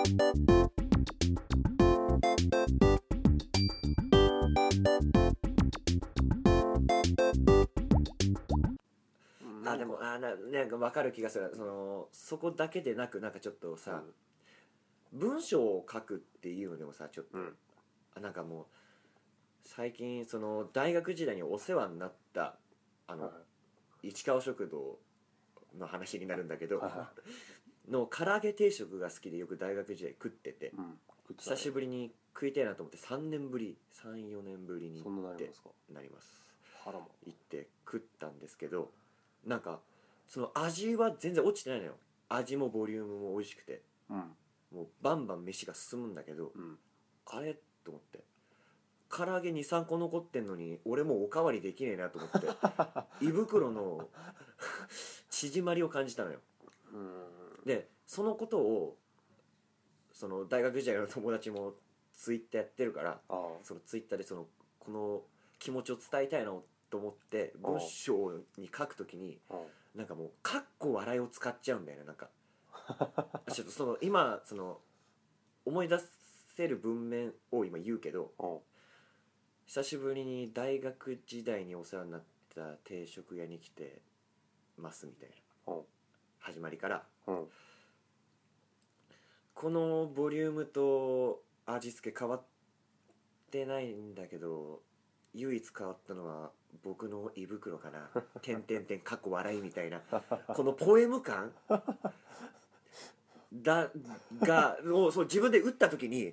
でもなんか分かる気がする。そこだけでなく、なんかちょっとさ、文章を書くっていうのでもさ、ちょっと、なんかもう最近その大学時代にお世話になった市川食堂の話になるんだけど、の唐揚げ定食が好きでよく大学時代食ってて、久しぶりに食いたいなと思って3年ぶり34年ぶりに行ってなります。行って食ったんですけど、なんかその味は全然落ちてないのよ。味もボリュームも美味しくて、もうバンバン飯が進むんだけど、あれと思って、唐揚げ 2,3 個残ってんのに俺もうおかわりできねえなと思って胃袋の縮まりを感じたのよ。でそのことをその大学時代の友達もツイッターやってるから、そのツイッターでこの気持ちを伝えたいなと思って文章に書くときになんかもうかっこ笑いを使っちゃうんだよね。なんかちょっと今思い出せる文面を今言うけど、久しぶりに大学時代にお世話になった定食屋に来てますみたいな始まりから、このボリュームと味付け変わってないんだけど唯一変わったのは僕の胃袋かな点々点かっこ笑いみたいなこのポエム感をそう自分で打った時に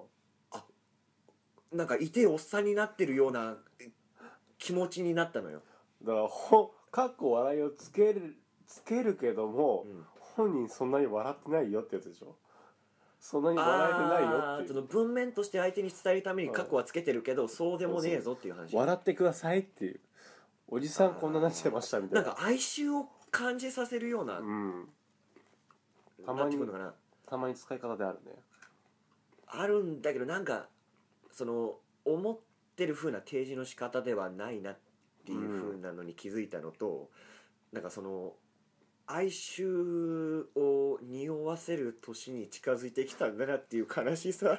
なんか痛いおっさんになってるような気持ちになったのよ。 だからかっこ笑いをつけるけども、本人そんなに笑ってないよってやつでしょ。そんなに笑えてないよっていう。 その文面として相手に伝えるために過去はつけてるけど、そうでもねえぞっていう話。 笑ってくださいっていう、おじさんこんななっちゃいましたみたいな。 なんか哀愁を感じさせるような、 たまに使い方であるね。 あるんだけど、なんか思ってる風な提示の仕方ではないなっていう風なのに気づいたのと、なんか哀愁を匂わせる年に近づいてきたんだなっていう悲しさ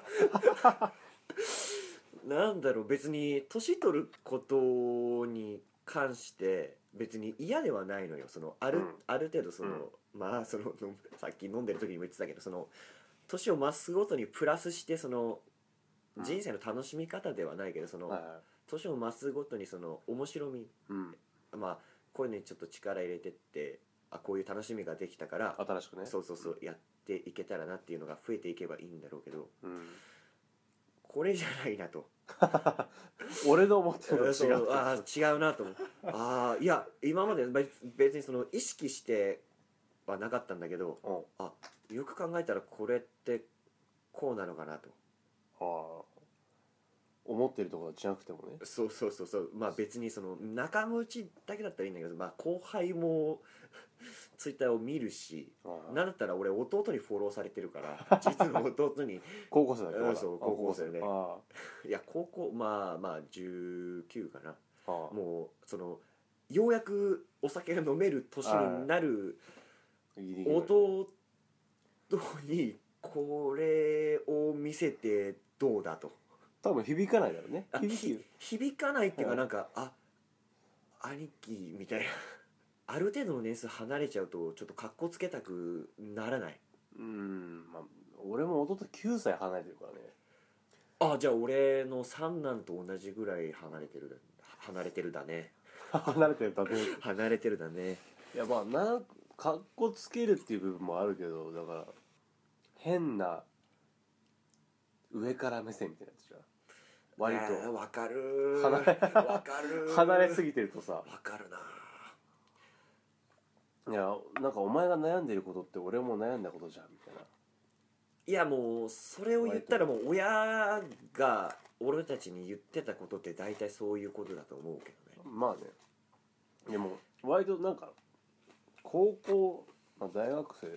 なんだろう、別に年取ることに関して別に嫌ではないのよ。ある程度まあさっき飲んでる時にも言ってたけど、年を増すごとにプラスして人生の楽しみ方ではないけど、年を増すごとに面白み、まあこういうのにちょっと力入れてって、こういう楽しみができたから新しくね、 そうやっていけたらなっていうのが増えていけばいいんだろうけど、これじゃないなと俺の思ってるのと違う違うなと思う。いや今まで別に意識してはなかったんだけど、よく考えたらこれってこうなのかなと。 思ってるところじゃなくてもね。 そうまあ別に仲間内だけだったらいいんだけど、まあ後輩もツイッターを見るし、なんだったら俺弟にフォローされてるから実の弟に高校生だっけ。 そう高校生ね。いや高校まあ19かな。もうようやくお酒が飲める年になる弟にこれを見せてどうだと。 多分響かないだろうね。 響かないっていうか、なんか兄貴みたいなある程度の年数離れちゃうとちょっと格好つけたくならない。 まあ俺も弟9歳離れてるからね。 じゃあ俺の三男と同じぐらい離れてるだね離れてるだね離れてるだね。 いやまあ格好つけるっていう部分もあるけど、だから変な上から目線みたいなやつじゃん。割と分かる離れすぎてるとさ、 分かるな。 いやなんかお前が悩んでることって俺も悩んだことじゃんみたいな。 いやもうそれを言ったらもう親が俺たちに言ってたことって大体そういうことだと思うけどね。 まあね。でも割となんか高校、大学生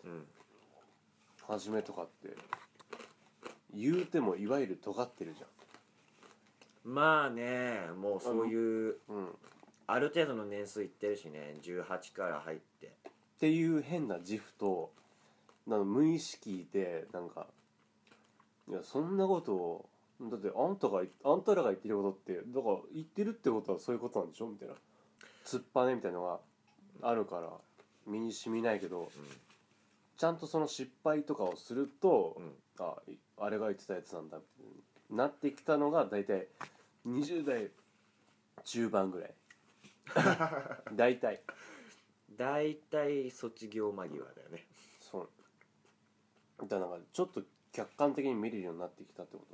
初めとかって言うてもいわゆる尖ってるじゃん。 まあね、もうそういうある程度の年数いってるしね、18から入ってっていう変な自負と、 なんか無意識でなんかいやそんなことをだってあんたらが言ってることってだから言ってるってことはそういうことなんでしょみたいな突っぱねみたいなのがあるから身に染みないけどちゃんとその失敗とかをすると、あれが言ってたやつなんだってなってきたのが大体20代中盤ぐらい大体卒業間際だよね。 そうだからなんかちょっと客観的に見れるようになってきたってこと、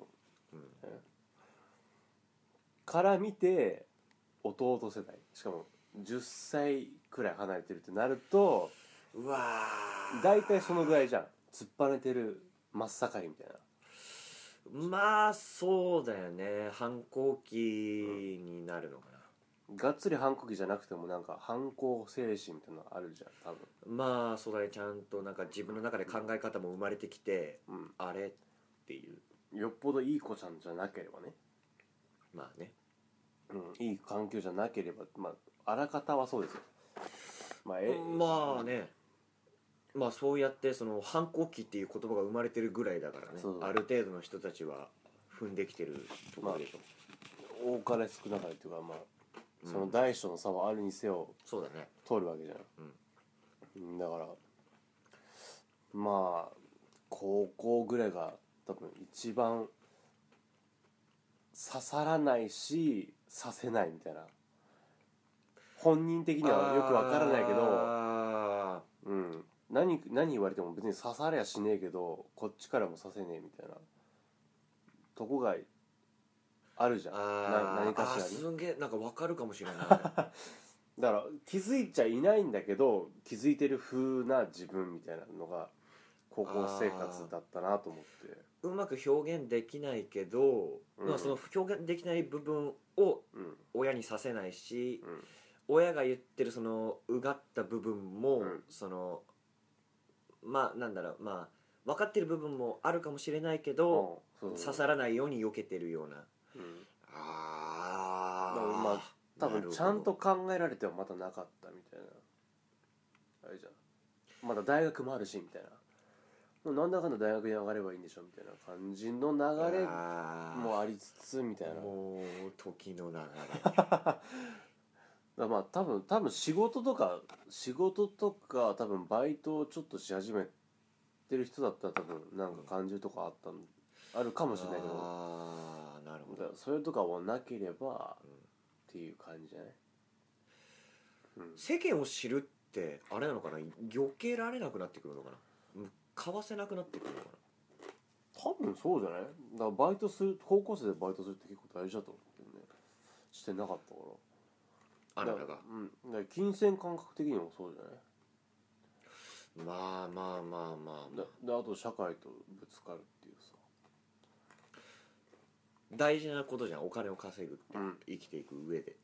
から見て弟世代しかも10歳くらい離れてるってなるとうわ大体そのぐらいじゃん突っ張ねてる真っ盛りみたいなまあそうだよね。反抗期になるのかな、 がっつり反抗期じゃなくてもなんか反抗精神みたいなのあるじゃん多分まあそうだね。ちゃんとなんか自分の中で考え方も生まれてきて、あれっていうよっぽどいい子ちゃんじゃなければねまあね、 いい環境じゃなければまああらかたはそうですよまあね、まあそうやってその反抗期っていう言葉が生まれてるぐらいだからね。 そうある程度の人たちは踏んできてるところでしょ、 多かれ少なかれっていうかまあその大小の差はあるにせよそうだね。 通るわけじゃん、だからまあ高校ぐらいが多分一番刺さらないし刺せないみたいな本人的にはよくわからないけど何言われても別に刺されやしねえけどこっちからも刺せねえみたいなとこがあるじゃん何かしらにすげえなんかわかるかもしれないだから気づいちゃいないんだけど気づいてる風な自分みたいなのが高校生活だったなと思ってうまく表現できないけど、まあ、その表現できない部分を親にさせないし、親が言ってるそのうがった部分も、そのまあなんだろう、まあ分かってる部分もあるかもしれないけど、刺さらないように避けてるような、 まあ多分ちゃんと考えられてはまだなかったみたいなあれじゃんまだ大学もあるしみたいなもうなんだかんだ大学に上がればいいんでしょみたいな感じの流れもありつつみたいなもう時の流れまあ多分仕事とか多分バイトをちょっとし始めてる人だったら多分なんか感じるとかあるかもしれないけどなるほどそれとかはなければ、っていう感じじゃない、 世間を知るってあれなのかな避けられなくなってくるのかな交わせなくなってくるのかな多分そうじゃないだから高校生でバイトするって結構大事だと思うけどねしてなかったからあなたがだから金銭感覚的にもそうじゃないまあであと社会とぶつかるっていうさ大事なことじゃんお金を稼ぐって、生きていく上で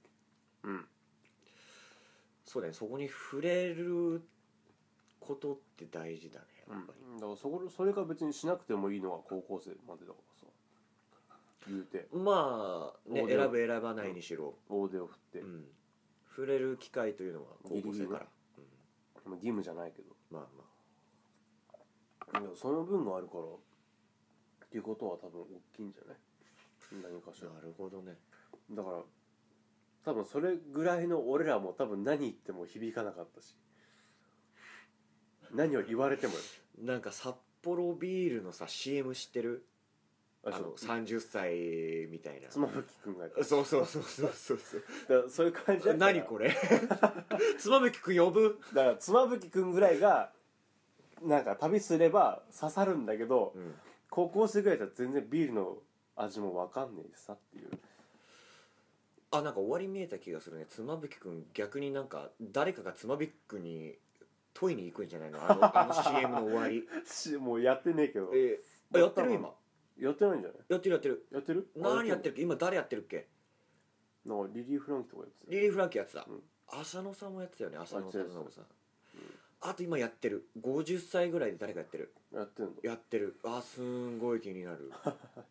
そうだねそこに触れることって大事だねやっぱり、 だからそれが別にしなくてもいいのは高校生までだからさ言うてまあね選ぶ選ばないにしろ、 大手を振って、 触れる機会というのは高校生から、 義務じゃないけどまあその分があるからっていうことは多分大きいんじゃない何かしらなるほどねだから多分それぐらいの俺らも多分何言っても響かなかったし何を言われてもなんか札幌ビールのさ CM 知ってる30歳みたいな妻夫木くんがやったそうだからそういう感じだった何これ妻夫木くん呼ぶだから妻夫木くんぐらいがなんか旅すれば刺さるんだけど、高校生ぐらいだったら全然ビールの味も分かんねえしさっていうなんか終わり見えた気がするね妻夫木くん逆になんか誰かが妻夫木くんに問いに行くんじゃないのあの CM の終わりもうやってねえけどやってる今やってないんじゃないやってる何やってるっけ今誰やってるっけなんかリリー・フランキーとかやってたリリー・フランキーやってた、浅野さんもやってたよね浅野さんさあと今やってる50歳ぐらいで誰かやってるやってんのやってるすんごい気になるだから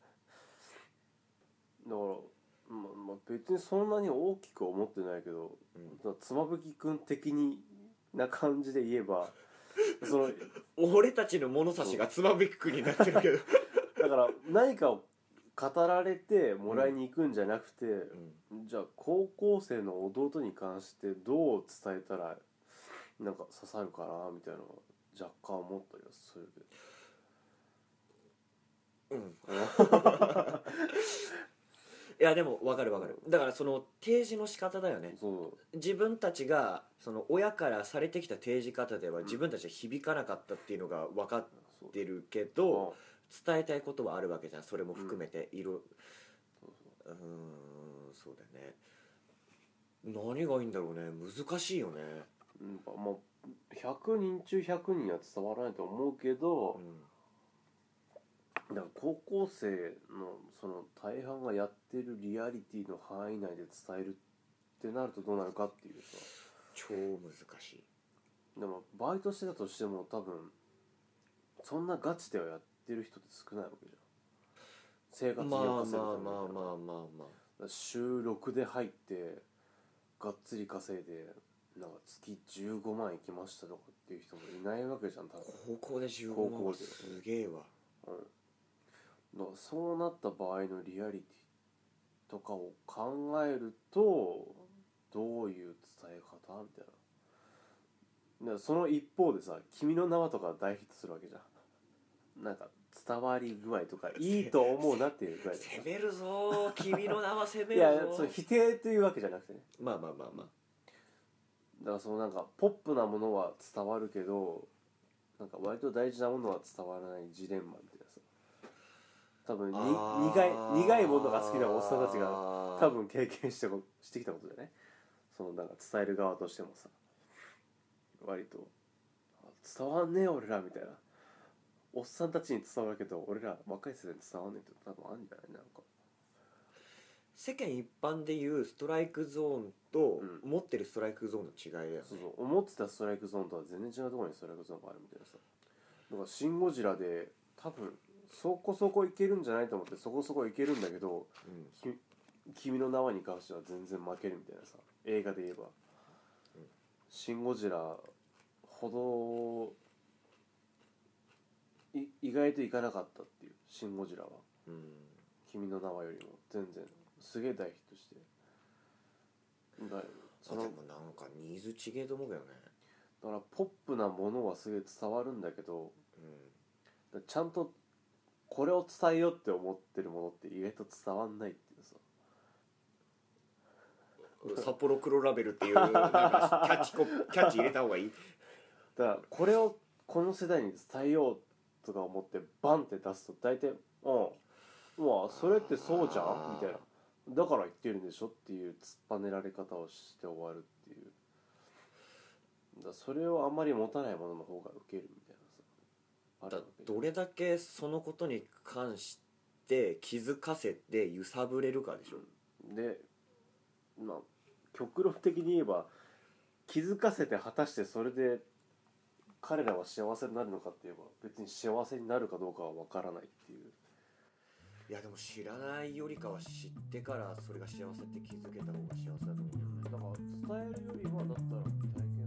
別にそんなに大きく思ってないけど、妻夫木くん的な感じで言えばその俺たちの物差しがつまびくになってるけどだから何かを語られてもらいに行くんじゃなくて、じゃあ高校生の弟に関してどう伝えたらなんか刺さるかなみたいなのは若干思ったりはするけどいやでも分かる分かる。だからその提示の仕方だよね。 そう自分たちがその親からされてきた提示方では自分たちは響かなかったっていうのが分かってるけど、伝えたいことはあるわけじゃん。それも含めてそうだよね。何がいいんだろうね。難しいよね。 まあ100人中100人は伝わらないと思うけど、だから高校生のその大半がやってるリアリティの範囲内で伝えるってなるとどうなるかっていうさ。 超難しい。 でもバイトしてたとしても多分そんなガチではやってる人って少ないわけじゃん。生活費を稼ぐために。週6で入ってがっつり稼いでなんか月15万いきましたとかっていう人もいないわけじゃん多分。 高校で15万はすげえわ。 だからそうなった場合のリアリティとかを考えるとどういう伝え方みたいな。だからその一方でさ「君の名は」とか大ヒットするわけじゃん。なんか伝わり具合とかいいと思うなっていうぐらいで攻めるぞ君の名は攻めるぞ。 いやそれ否定というわけじゃなくてね。 まあだからそのなんかポップなものは伝わるけどなんか割と大事なものは伝わらないジレンマみたいなさ。多分苦いものが好きなおっさんたちが多分経験してきたことだよね。そのなんか伝える側としてもさ割と伝わんねえ俺らみたいな。おっさんたちに伝わるけど俺ら若い世代に伝わんねえって多分あるんじゃない。なんか世間一般でいうストライクゾーンと持ってるストライクゾーンの違いだよね。 そう思ってたストライクゾーンとは全然違うところにストライクゾーンがあるみたいなさ。だからシン・ゴジラで多分そこそこいけるんじゃないと思ってそこそこいけるんだけど、君の名はに関しては全然負けるみたいなさ。映画で言えば、シン・ゴジラほど意外といかなかったっていう。シン・ゴジラは、君の名はよりも全然すげえ大ヒットしてでもなんかニーズ違えと思うけどね。 だからポップなものはすげえ伝わるんだけど、ちゃんとこれを伝えようって思ってるものって意外と伝わんないっていうさ。 札幌黒ラベルっていうなんかキャッチ入れた方がいい。 だからこれをこの世代に伝えようとか思ってバンって出すと大体まあそれってそうじゃんみたいな。だから言ってるんでしょっていう突っぱねられ方をして終わるっていう。だそれをあんまり持たないものの方がウケるみたいなさ。 どれだけそのことに関して気づかせて揺さぶれるかでしょ。 でまあ極論的に言えば気づかせて果たしてそれで彼らは幸せになるのかって言えば別に幸せになるかどうかは分からないっていう。 いやでも知らないよりかは知ってからそれが幸せって気づけた方が幸せだと思うよね。 だから伝えるよりはだったら体験